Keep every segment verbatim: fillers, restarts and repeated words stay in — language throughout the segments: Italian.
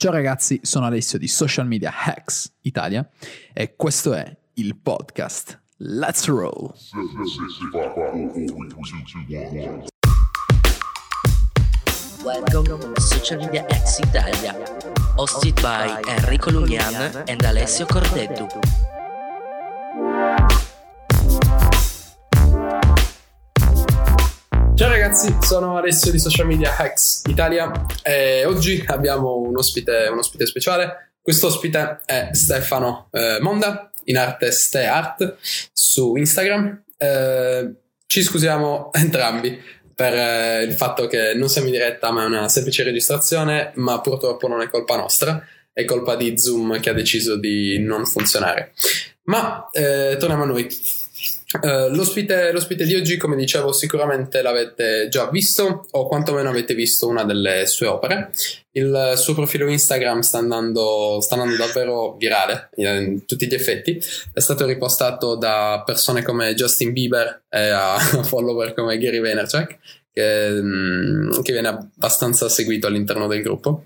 Ciao ragazzi, sono Alessio di Social Media Hacks Italia e questo è il podcast Let's Roll. Welcome to Social Media Hacks Italia, hosted by Enrico Luglian and Alessio Cordeddu. Ciao ragazzi, sono Alessio di Social Media Hacks Italia e oggi abbiamo un ospite, un ospite speciale. Questo ospite è Stefano eh, Monda, in arte Ste Art su Instagram. Eh, ci scusiamo entrambi per eh, il fatto che non siamo in diretta, ma è una semplice registrazione, ma purtroppo non è colpa nostra, è colpa di Zoom che ha deciso di non funzionare. Ma eh, torniamo a noi. Uh, l'ospite, l'ospite di oggi, come dicevo, sicuramente l'avete già visto o quantomeno avete visto una delle sue opere. Il suo profilo Instagram sta andando, sta andando davvero virale in tutti gli effetti. È stato ripostato da persone come Justin Bieber e a follower come Gary Vaynerchuk, che, che viene abbastanza seguito all'interno del gruppo.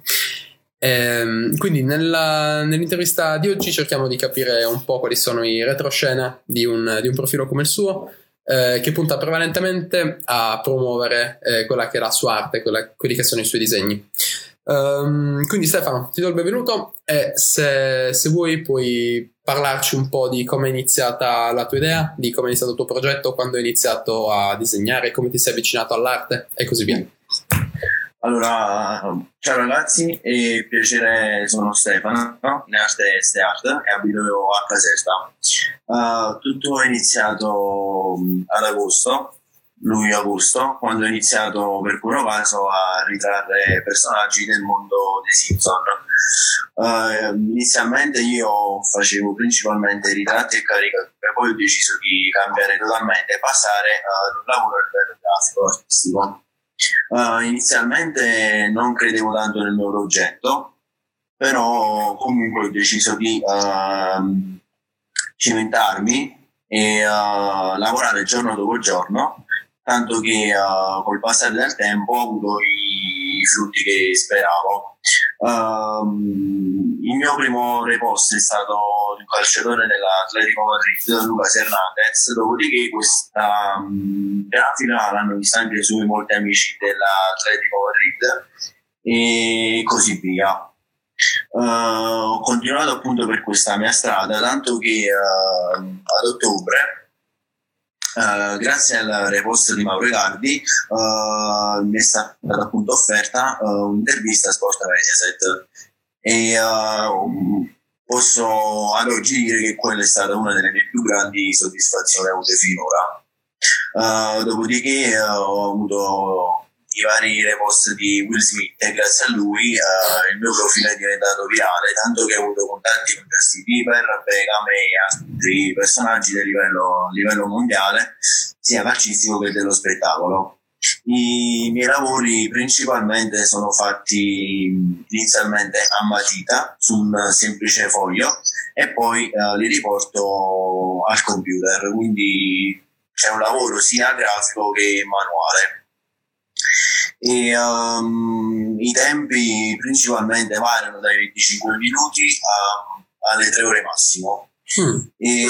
E quindi nella, nell'intervista di oggi cerchiamo di capire un po' quali sono i retroscena di un, di un profilo come il suo, eh, che punta prevalentemente a promuovere eh, quella che è la sua arte, quella, quelli che sono i suoi disegni. Um, quindi Stefano, ti do il benvenuto e se, se vuoi puoi parlarci un po' di come è iniziata la tua idea, di come è iniziato il tuo progetto, quando hai iniziato a disegnare, come ti sei avvicinato all'arte e così via. Allora, ciao ragazzi, è piacere, sono Stefano, in arte Ste Art e abito a Caserta. Uh, tutto è iniziato ad agosto, luglio-agosto, quando ho iniziato per puro caso a ritrarre personaggi del mondo dei Simpson. Uh, inizialmente io facevo principalmente ritratti e caricature, poi ho deciso di cambiare totalmente e passare ad un lavoro a livello grafico artistico. Uh, inizialmente non credevo tanto nel mio progetto, però comunque ho deciso di uh, cimentarmi e uh, lavorare giorno dopo giorno, tanto che uh, col passare del tempo ho avuto i frutti che speravo. Uh, il mio primo repost è stato un calciatore dell'Atletico Madrid, Lucas Hernandez, dopodiché questa um, grafica l'hanno vista anche su molti amici dell'Atletico Madrid e così via. Uh, ho continuato appunto per questa mia strada, tanto che uh, ad ottobre Uh, grazie al repost di Mauro Icardi uh, mi è stata appunto offerta uh, un'intervista a Sport Mediaset e uh, posso ad oggi dire che quella è stata una delle mie più grandi soddisfazioni avute finora. Uh, dopodiché uh, ho avuto i vari repost di Will Smith e grazie a lui uh, il mio profilo è diventato virale, tanto che ho avuto contatti con Justin Bieber, Beckham e altri personaggi di livello, livello mondiale, sia calcistico che dello spettacolo. I miei lavori principalmente sono fatti inizialmente a matita su un semplice foglio e poi uh, li riporto al computer, quindi c'è un lavoro sia grafico che manuale. E um, i tempi principalmente variano dai venticinque minuti a, alle tre ore massimo. Mm. E,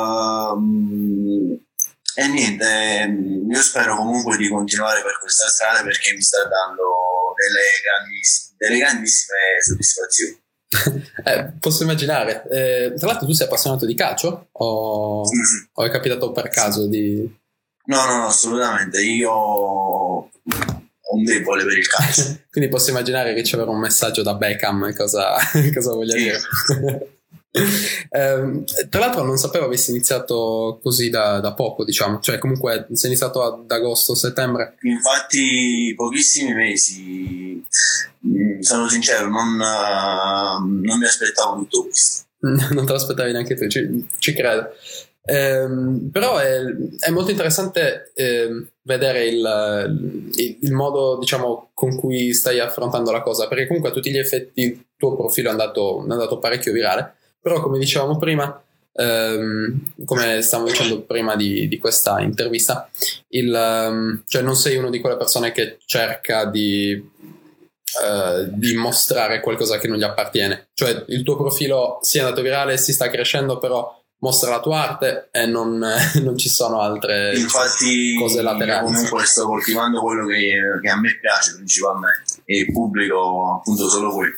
um, e niente, io spero comunque di continuare per questa strada perché mi sta dando delle, grandiss- delle grandissime soddisfazioni. eh, posso immaginare. Eh, tra l'altro tu sei appassionato di calcio o, sì, sì. o è capitato per caso sì. di... No, no, no, assolutamente. Io ho un debole per il calcio. Quindi posso immaginare che c'era un messaggio da Beckham, cosa, cosa voglia sì. dire. eh, tra l'altro non sapevo avessi iniziato così da, da poco, diciamo, cioè comunque sei iniziato ad agosto-settembre. Infatti pochissimi mesi, sono sincero, non, non mi aspettavo tutto questo. Non te l'aspettavi neanche tu, ci, ci credo. Eh, però è, è molto interessante eh, vedere il, il, il modo, diciamo, con cui stai affrontando la cosa, perché comunque a tutti gli effetti il tuo profilo è andato, è andato parecchio virale, però come dicevamo prima, ehm, come stavamo dicendo prima di, di questa intervista, il, um, cioè non sei uno di quelle persone che cerca di uh, di mostrare qualcosa che non gli appartiene. Cioè il tuo profilo si è andato virale, si sta crescendo, però mostra la tua arte e non, non ci sono altre Infatti, cose laterali. Comunque sto coltivando quello che, che a me piace principalmente e pubblico appunto solo quello,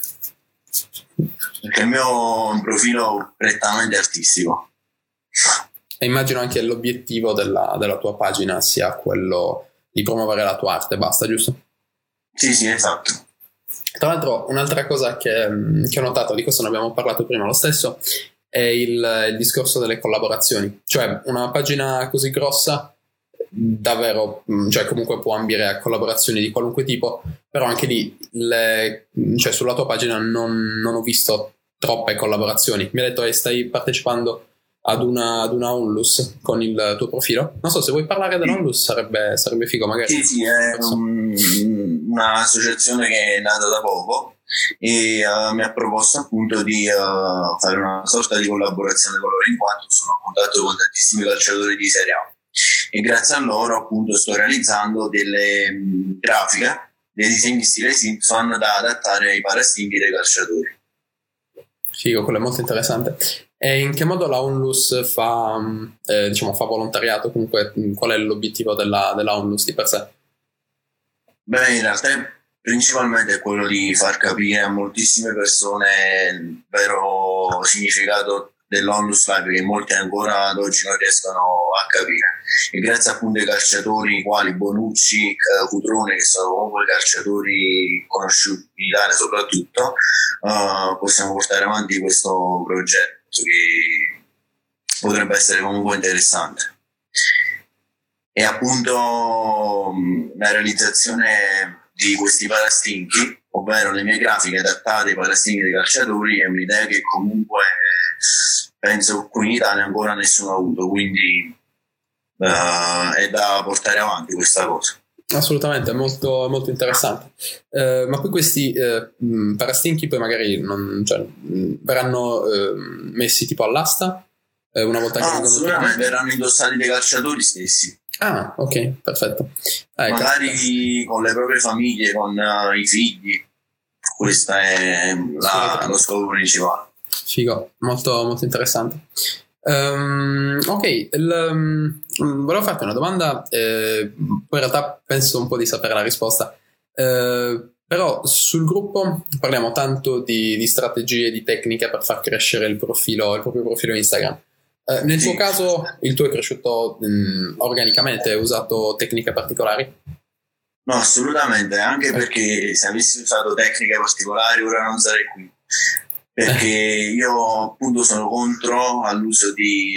perché il mio è un profilo prettamente artistico. E immagino anche l'obiettivo della, della tua pagina sia quello di promuovere la tua arte, basta, giusto? Sì, sì, esatto. Tra l'altro un'altra cosa che, che ho notato, di questo ne abbiamo parlato prima lo stesso, è il, il discorso delle collaborazioni. Cioè una pagina così grossa davvero, cioè comunque può ambire a collaborazioni di qualunque tipo, però anche lì le, cioè sulla tua pagina non, non ho visto troppe collaborazioni. Mi hai detto che stai partecipando ad una, ad una Onlus con il tuo profilo. Non so, se vuoi parlare dell'Onlus sarebbe, sarebbe figo magari. Sì, sì, è un, un'associazione che è nata da poco e uh, mi ha proposto appunto di uh, fare una sorta di collaborazione con loro, in quanto sono a contatto con tantissimi calciatori di Serie A e grazie a loro appunto sto realizzando delle mh, grafiche, dei disegni stile Simpson da adattare ai parastinchi dei calciatori. Figo, quello è molto interessante. E in che modo la Onlus fa, eh, diciamo, fa volontariato? Comunque, qual è l'obiettivo della, della Onlus di per sé? Beh, in realtà principalmente è quello di far capire a moltissime persone il vero significato dell'Onlus Live, che molti ancora ad oggi non riescono a capire, e grazie appunto ai calciatori quali Bonucci, Cutrone, che sono comunque calciatori conosciuti in Italia soprattutto, uh, possiamo portare avanti questo progetto che potrebbe essere comunque interessante. E appunto la realizzazione di questi parastinchi, ovvero le mie grafiche adattate ai parastinchi dei calciatori, è un'idea che comunque penso qui in Italia ancora nessuno ha avuto, quindi uh, è da portare avanti questa cosa. Assolutamente, è molto, molto interessante. Eh, ma poi questi eh, parastinchi poi magari non, cioè, verranno eh, messi tipo all'asta eh, una volta che no, vengono assolutamente verranno indossati dai calciatori stessi. Ah, ok, perfetto. Eh, magari caspita. Con le proprie famiglie, con uh, i figli. Questo è la, lo scopo principale. Figo, molto, molto interessante. Um, ok, il, um, volevo farti una domanda, eh, poi in realtà penso un po' di sapere la risposta, eh, però sul gruppo parliamo tanto di, di strategie, di tecniche per far crescere il profilo, il proprio profilo Instagram. Eh, nel sì. tuo caso il tuo è cresciuto mh, organicamente, hai usato tecniche particolari? No, assolutamente, anche perché se avessi usato tecniche particolari ora non sarei qui. Perché io appunto sono contro all'uso di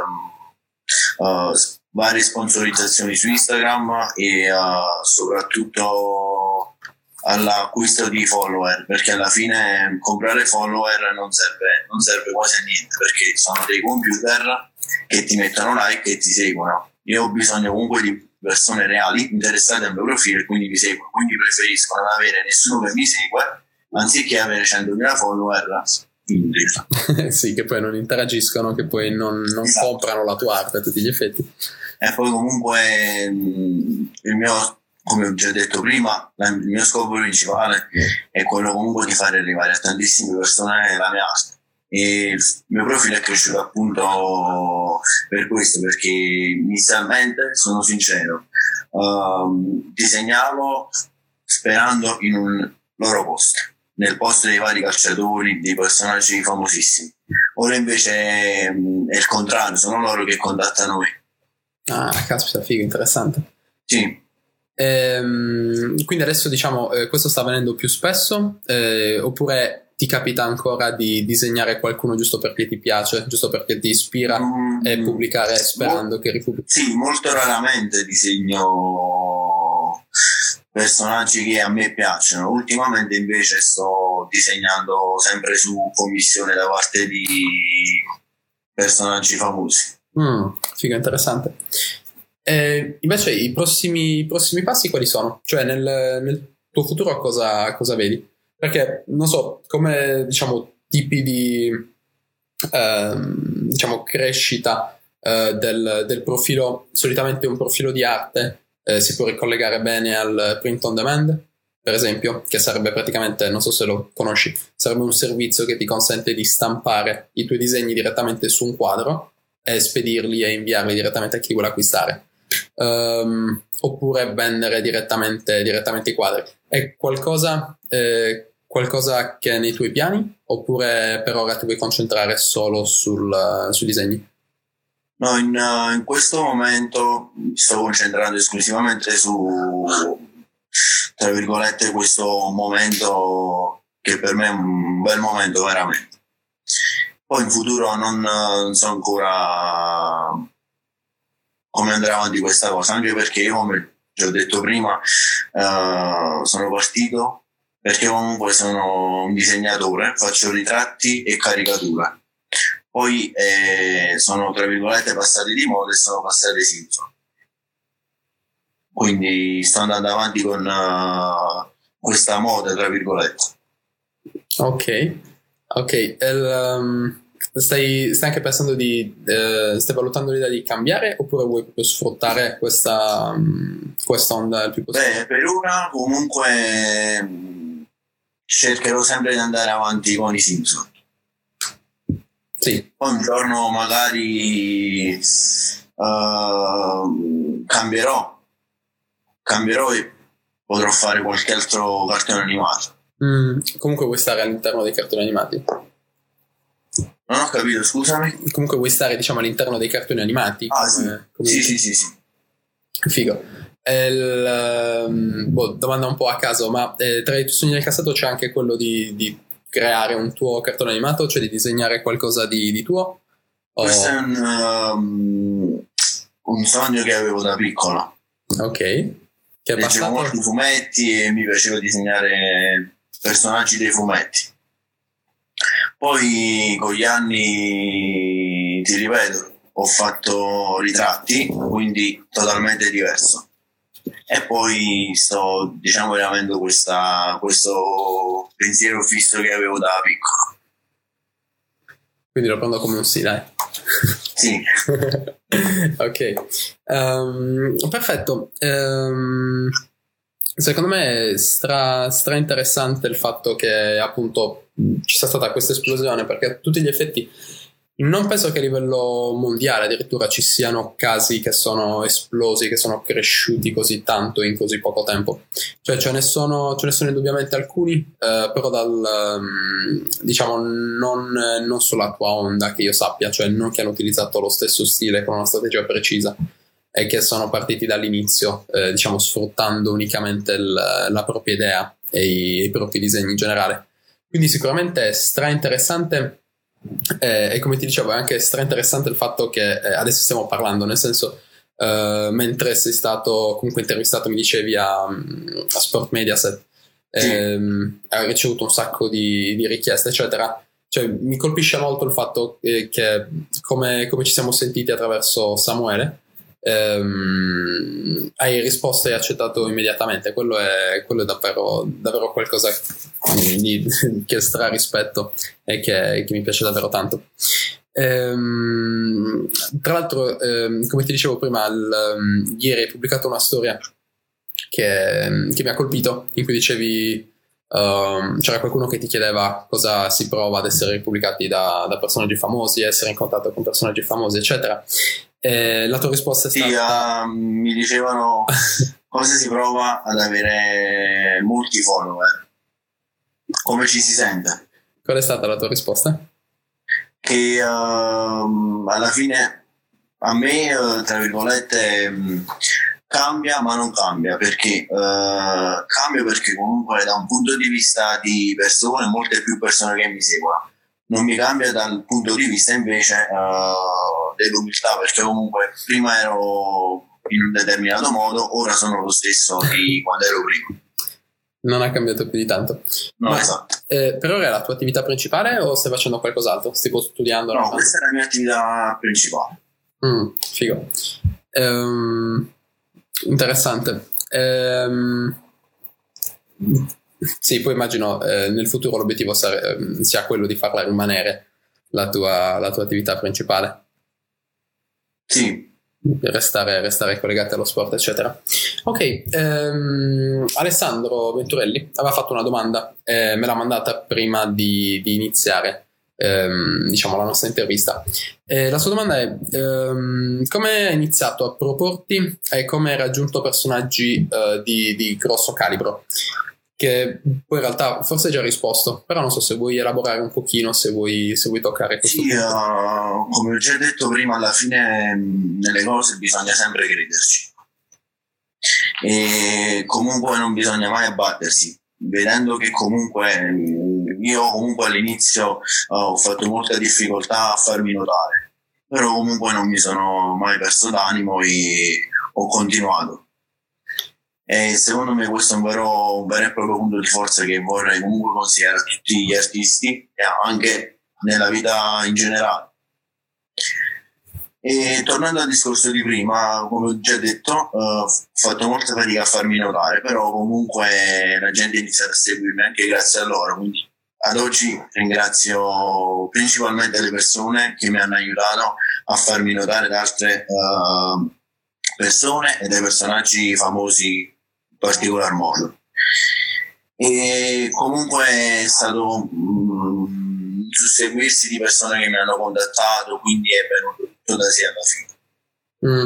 uh, uh, varie sponsorizzazioni su Instagram e uh, soprattutto all'acquisto di follower, perché alla fine comprare follower non serve, non serve quasi a niente, perché sono dei computer che ti mettono like e ti seguono. Io ho bisogno comunque di persone reali interessate al mio profilo e quindi mi seguono, quindi preferisco non avere nessuno che mi segue anziché avere centomila follower inutili. Sì, che poi non interagiscono, che poi non, non esatto. comprano la tua arte a tutti gli effetti. E poi comunque mh, il mio, come ho già detto prima, la, il mio scopo principale è quello comunque di fare arrivare a tantissime persone la mia arte. E il mio profilo è cresciuto appunto per questo, perché inizialmente, sono sincero, uh, disegnavo sperando in un loro posto, nel posto dei vari calciatori, dei personaggi famosissimi. Ora invece mh, è il contrario, sono loro che contattano me. Ah, caspita, figo, interessante. Sì. Ehm, quindi adesso diciamo eh, questo sta avvenendo più spesso eh, oppure ti capita ancora di disegnare qualcuno giusto perché ti piace, giusto perché ti ispira mm, e pubblicare sperando mo- che ripubblichi? Sì, molto raramente disegno personaggi che a me piacciono. Ultimamente invece sto disegnando sempre su commissione da parte di personaggi famosi. Mm, figo, interessante. E invece i prossimi, i prossimi passi quali sono? Cioè nel, nel tuo futuro cosa, cosa vedi? Perché non so, come diciamo tipi di ehm, diciamo crescita eh, del, del profilo, solitamente un profilo di arte eh, si può ricollegare bene al print on demand per esempio, che sarebbe praticamente, non so se lo conosci, sarebbe un servizio che ti consente di stampare i tuoi disegni direttamente su un quadro e spedirli e inviarli direttamente a chi vuole acquistare. Um, oppure vendere direttamente, direttamente i quadri. È qualcosa, eh, qualcosa che è nei tuoi piani? Oppure per ora ti vuoi concentrare solo sul, sui disegni? No, in, in questo momento mi sto concentrando esclusivamente su, tra virgolette, questo momento che per me è un bel momento veramente. Poi in futuro non, non so ancora come andrà avanti questa cosa, anche perché io, come ti ho detto prima, uh, sono partito perché comunque sono un disegnatore, faccio ritratti e caricature. Poi eh, sono, tra virgolette, passati di moda e sono passati ai Simpson. Quindi sto andando avanti con uh, questa moda, tra virgolette. Ok, ok. El, um, stai, stai anche pensando di, eh, stai valutando l'idea di cambiare oppure vuoi proprio sfruttare questa, um, questa onda il più possibile? Beh, per ora comunque mh, cercherò sempre di andare avanti con i Simpson. Sì. Poi un giorno magari uh, cambierò, cambierò e potrò fare qualche altro cartone animato. Mm, comunque vuoi stare all'interno dei cartoni animati? Non ho capito, scusami. Comunque vuoi stare, diciamo, all'interno dei cartoni animati? Ah, come, sì. come Sì, dici? sì, sì, sì. Figo. Il, um, boh, domanda un po' a caso, ma eh, tra i tuoi sogni del cassato c'è anche quello di, di creare un tuo cartone animato, cioè di disegnare qualcosa di, di tuo? O... Questo è un, um, un sogno che avevo da piccolo. Ok. Che è Leggevo passato? molti fumetti e mi piaceva disegnare personaggi dei fumetti. Poi con gli anni, ti ripeto, ho fatto ritratti, quindi totalmente diverso. E poi sto, diciamo, avendo questa, questo pensiero fisso che avevo da piccolo. Quindi lo prendo come un sì, dai. Sì. Ok. Um, perfetto. Um, secondo me è stra, stra interessante il fatto che appunto ci sia stata questa esplosione, perché a tutti gli effetti non penso che a livello mondiale addirittura ci siano casi che sono esplosi, che sono cresciuti così tanto in così poco tempo. Cioè ce ne sono, ce ne sono indubbiamente alcuni, eh, però dal um, diciamo non, non sulla tua onda che io sappia, cioè non che hanno utilizzato lo stesso stile con una strategia precisa e che sono partiti dall'inizio, eh, diciamo sfruttando unicamente il, la propria idea e i, i propri disegni in generale. Quindi sicuramente è stra interessante. Eh, e come ti dicevo è anche stra interessante il fatto che eh, adesso stiamo parlando, nel senso eh, mentre sei stato comunque intervistato, mi dicevi a, a Sport Mediaset, ehm, sì. Hai ricevuto un sacco di, di richieste eccetera, cioè mi colpisce molto il fatto eh, che come, come ci siamo sentiti attraverso Samuele, ehm, hai risposto e accettato immediatamente. Quello è, quello è davvero, davvero qualcosa di, che stra rispetto e che, che mi piace davvero tanto. Ehm, tra l'altro ehm, come ti dicevo prima il, um, ieri hai pubblicato una storia che, che mi ha colpito, in cui dicevi um, c'era qualcuno che ti chiedeva cosa si prova ad essere pubblicati da, da personaggi famosi, essere in contatto con personaggi famosi eccetera. Eh, la tua risposta è sì, stata... uh, mi dicevano cosa si prova ad avere molti follower, come ci si sente. Qual è stata la tua risposta? Che uh, alla fine a me, uh, tra virgolette, um, cambia ma non cambia, perché uh, cambia perché comunque da un punto di vista di persone, molte più persone che mi seguono. Non mi cambia dal punto di vista invece uh, dell'umiltà, perché comunque prima ero in un determinato modo, ora sono lo stesso di quando ero prima. Non ha cambiato più di tanto. No, Ma, esatto. Eh, per ora è la tua attività principale o stai facendo qualcos'altro? Stai studiando? No, questa è la mia attività principale. Mm, figo. Ehm, interessante. Ehm, sì, poi immagino eh, nel futuro l'obiettivo sare- sia quello di farla rimanere la tua, la tua attività principale. Sì, restare, restare collegati allo sport, eccetera. Ok, ehm, Alessandro Venturelli aveva fatto una domanda, eh, me l'ha mandata prima di, di iniziare ehm, diciamo la nostra intervista. Eh, la sua domanda è ehm, come hai iniziato a proporti e come hai raggiunto personaggi eh, di, di grosso calibro, che poi in realtà forse hai già risposto, però non so se vuoi elaborare un pochino, se vuoi, se vuoi toccare questo sì, punto. Uh, come ho già detto prima, alla fine nelle cose bisogna sempre crederci e comunque non bisogna mai abbattersi, vedendo che comunque io comunque all'inizio uh, ho fatto molta difficoltà a farmi notare, però comunque non mi sono mai perso d'animo e ho continuato. E secondo me questo è un vero, un vero e proprio punto di forza che vorrei comunque consigliare a tutti gli artisti e anche nella vita in generale. E tornando al discorso di prima, come ho già detto, uh, ho fatto molta fatica a farmi notare, però comunque la gente ha iniziato a seguirmi anche grazie a loro, quindi ad oggi ringrazio principalmente le persone che mi hanno aiutato a farmi notare da altre uh, persone e dai personaggi famosi in particolar modo. E comunque è stato un mm, susseguirsi di persone che mi hanno contattato, quindi è venuto tutto da sé alla fine. Mm.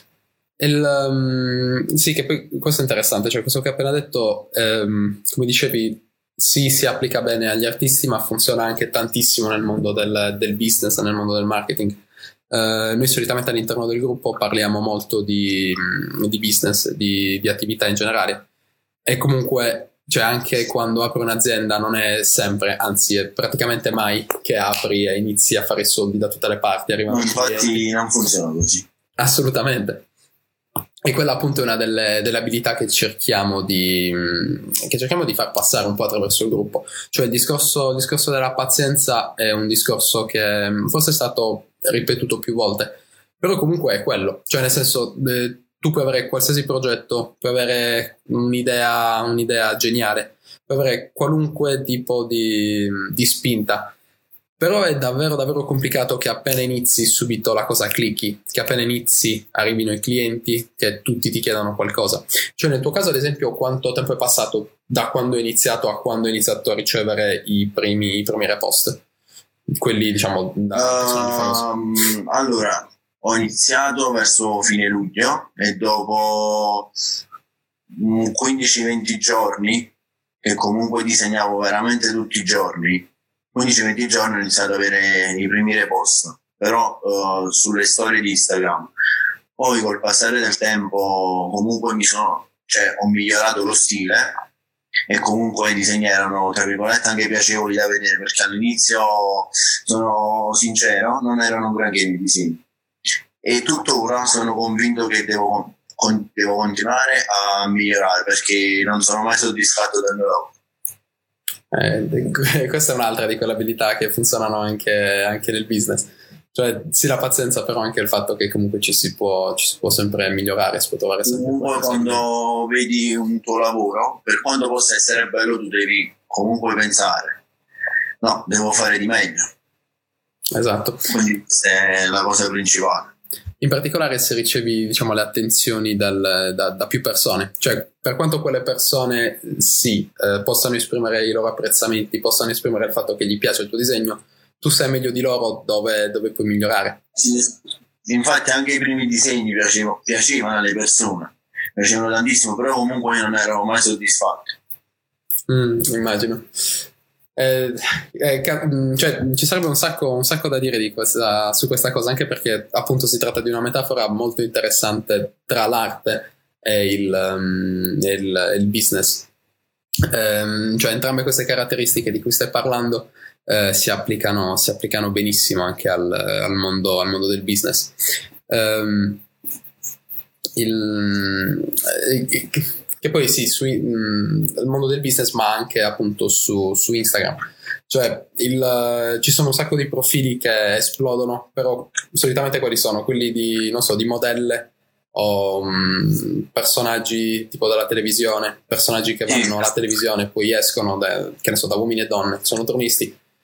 Il, um, sì, che poi questo è interessante, cioè questo che hai appena detto, um, come dicevi, sì, si applica bene agli artisti, ma funziona anche tantissimo nel mondo del, del business, nel mondo del marketing. Uh, noi solitamente all'interno del gruppo parliamo molto di, di business, di, di attività in generale, e comunque cioè anche quando apri un'azienda non è sempre, anzi è praticamente mai che apri e inizi a fare soldi da tutte le parti, arrivano no, infatti clienti. Non funziona così, assolutamente. E quella appunto è una delle, delle abilità che cerchiamo di che cerchiamo di far passare un po' attraverso il gruppo. Cioè il discorso, il discorso della pazienza è un discorso che forse è stato ripetuto più volte, però comunque è quello, cioè nel senso eh, tu puoi avere qualsiasi progetto, puoi avere un'idea, un'idea geniale, puoi avere qualunque tipo di, di spinta, però è davvero davvero complicato che appena inizi subito la cosa clicchi, che appena inizi arrivino i clienti, che tutti ti chiedano qualcosa. Cioè nel tuo caso ad esempio quanto tempo è passato da quando hai iniziato a quando hai iniziato a ricevere i primi, i primi repost? Quelli diciamo da um, allora ho iniziato verso fine luglio e dopo quindici venti giorni che comunque disegnavo veramente tutti i giorni, quindici venti giorni ho iniziato ad avere i primi repost, però uh, sulle storie di Instagram. Poi col passare del tempo comunque mi sono, cioè ho migliorato lo stile e comunque i disegni erano tra virgolette anche piacevoli da vedere, perché all'inizio, sono sincero, non erano granché i disegni, e tuttora sono convinto che devo, con, devo continuare a migliorare perché non sono mai soddisfatto del mio lavoro. Eh, questa è un'altra di quelle abilità che funzionano anche, anche nel business, cioè sì la pazienza, però anche il fatto che comunque ci si può, ci si può sempre migliorare, si può trovare sempre comunque quando vedi un tuo lavoro, per quanto possa essere bello, tu devi comunque pensare no, devo fare di meglio. Esatto, quindi questa è la cosa principale. In particolare se ricevi diciamo le attenzioni dal, da, da più persone, cioè per quanto quelle persone sì eh, possano esprimere i loro apprezzamenti, possano esprimere il fatto che gli piace il tuo disegno, tu sai meglio di loro dove, dove puoi migliorare. Sì, infatti anche i primi disegni piacevano, piacevano alle persone, piacevano tantissimo, però comunque io non ero mai soddisfatto. Mm, immagino. Eh, eh, cioè, ci sarebbe un sacco, un sacco da dire di questa, su questa cosa, anche perché appunto si tratta di una metafora molto interessante tra l'arte e il, um, il, il business. Eh, cioè entrambe queste caratteristiche di cui stai parlando eh, si applicano, si applicano benissimo anche al, al, mondo, al mondo del business. Um, il, eh, che poi sì, sui, mh, nel mondo del business, ma anche appunto su, su Instagram. Cioè il, ci sono un sacco di profili che esplodono, però solitamente quali sono? Quelli di, non so, di modelle o mh, personaggi tipo della televisione, personaggi che vanno alla televisione e poi escono da, che ne so, da uomini e donne, sono tronisti.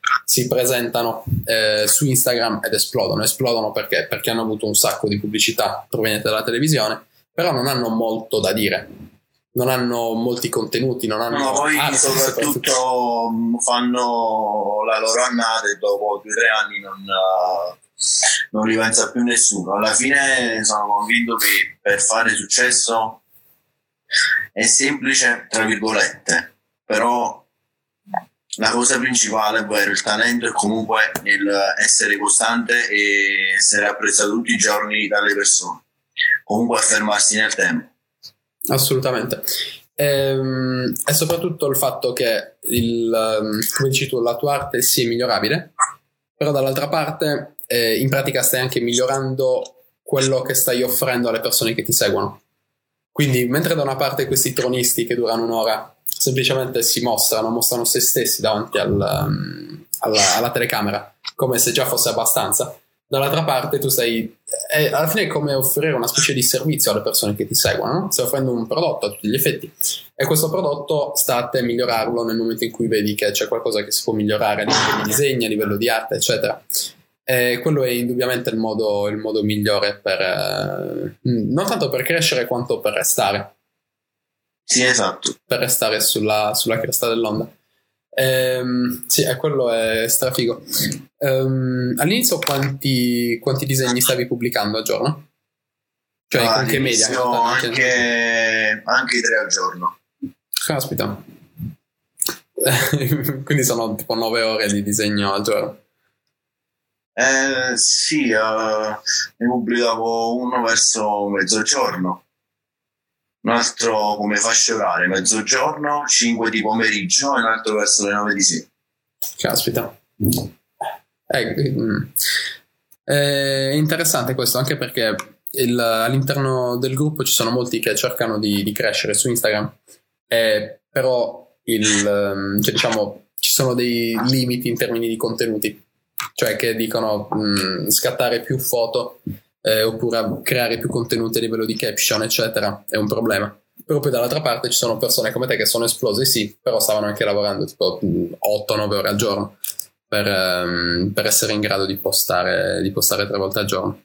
si presentano eh, su Instagram ed esplodono. Esplodono perché? Perché hanno avuto un sacco di pubblicità proveniente dalla televisione, però non hanno molto da dire, non hanno molti contenuti, non hanno... No, poi ah, soprattutto fanno la loro annata e dopo due o tre anni non, uh, non ripensa più nessuno. Alla fine sono convinto che per fare successo è semplice, tra virgolette, però la cosa principale, ovvero il talento, è comunque nel essere costante e essere apprezzato tutti i giorni dalle persone, comunque affermarsi nel tempo. Assolutamente. Ehm, e soprattutto il fatto che il, um, come dici tu, la tua arte sia migliorabile, però dall'altra parte eh, in pratica stai anche migliorando quello che stai offrendo alle persone che ti seguono. Quindi mentre da una parte questi tronisti che durano un'ora semplicemente si mostrano, mostrano se stessi davanti al, um, alla, alla telecamera come se già fosse abbastanza, dall'altra parte tu stai è, alla fine è come offrire una specie di servizio alle persone che ti seguono, no? Stai offrendo un prodotto a tutti gli effetti e questo prodotto sta a te migliorarlo nel momento in cui vedi che c'è qualcosa che si può migliorare a livello di disegno, a livello di arte, eccetera. E quello è indubbiamente il modo, il modo migliore per eh, non tanto per crescere quanto per restare. Sì, esatto. Per restare sulla, sulla cresta dell'onda. Ehm, sì, e quello è strafigo. Ehm, all'inizio quanti, quanti disegni stavi pubblicando al giorno? Cioè ah, con che media? Anche, anche tre al giorno. Caspita. Quindi sono tipo nove ore di disegno al giorno. Eh, sì, uh, ne pubblicavo uno verso mezzogiorno, un altro come fasce orarie, mezzogiorno, cinque di pomeriggio e un altro verso le nove di sera. Caspita. Eh, è interessante questo, anche perché il, all'interno del gruppo ci sono molti che cercano di, di crescere su Instagram, eh, però il, cioè, diciamo, ci sono dei limiti in termini di contenuti, cioè che dicono mh, scattare più foto eh, oppure creare più contenuti a livello di caption eccetera è un problema. Però poi dall'altra parte ci sono persone come te che sono esplose, sì, però stavano anche lavorando tipo otto nove ore al giorno per, um, per essere in grado di postare, di postare tre volte al giorno.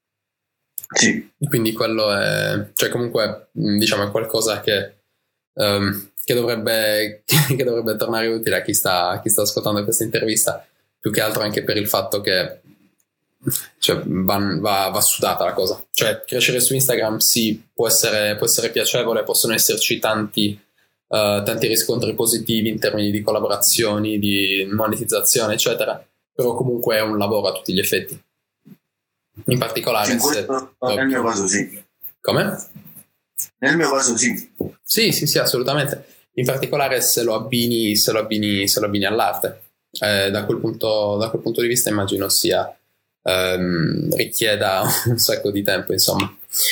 Sì. Quindi quello è, cioè comunque diciamo è qualcosa che, um, che, dovrebbe, che dovrebbe tornare utile a chi sta, a chi sta ascoltando questa intervista, più che altro anche per il fatto che cioè, va, va, va sudata la cosa. Cioè crescere su Instagram sì, può essere, può essere piacevole, possono esserci tanti Uh, tanti riscontri positivi in termini di collaborazioni, di monetizzazione eccetera, però comunque è un lavoro a tutti gli effetti, in particolare in se... questo, nel mio caso sì. Come? Nel mio caso sì. Sì, sì, sì, assolutamente, in particolare se lo abbini, se lo abbini, se lo abbini all'arte, eh, da, quel punto, da quel punto di vista immagino sia ehm, richieda un sacco di tempo, insomma.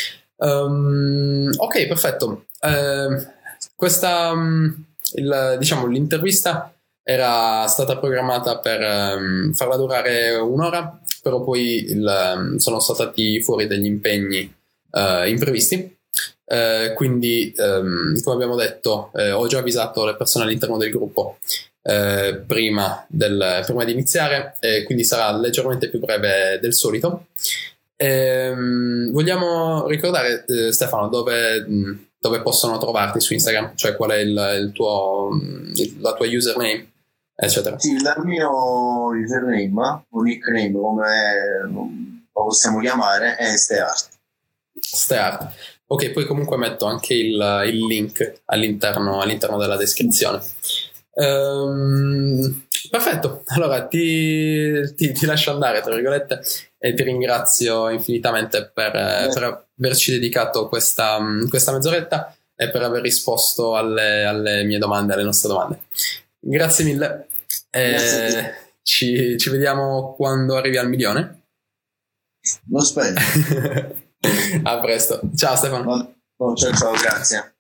Um, ok, perfetto. Um, Questa, il, diciamo, l'intervista era stata programmata per um, farla durare un'ora, però poi il, sono stati fuori degli impegni uh, imprevisti, uh, quindi um, come abbiamo detto uh, ho già avvisato le persone all'interno del gruppo uh, prima, del, prima di iniziare, e quindi sarà leggermente più breve del solito. Um, vogliamo ricordare uh, Stefano dove... Um, dove possono trovarti su Instagram, cioè qual è il, il tuo il, la tua username eccetera. Sì, il mio username o nickname come lo possiamo chiamare è Steart. Steart. Ok, poi comunque metto anche il, il link all'interno, all'interno della descrizione. Um, perfetto, allora ti, ti, ti lascio andare tra virgolette e ti ringrazio infinitamente per, per averci dedicato questa, questa mezz'oretta e per aver risposto alle, alle mie domande, alle nostre domande. Grazie mille. Grazie. Eh, ci, ci vediamo quando arrivi al milione. Lo spero. A presto. Ciao Stefano. Oh, ciao ciao, grazie.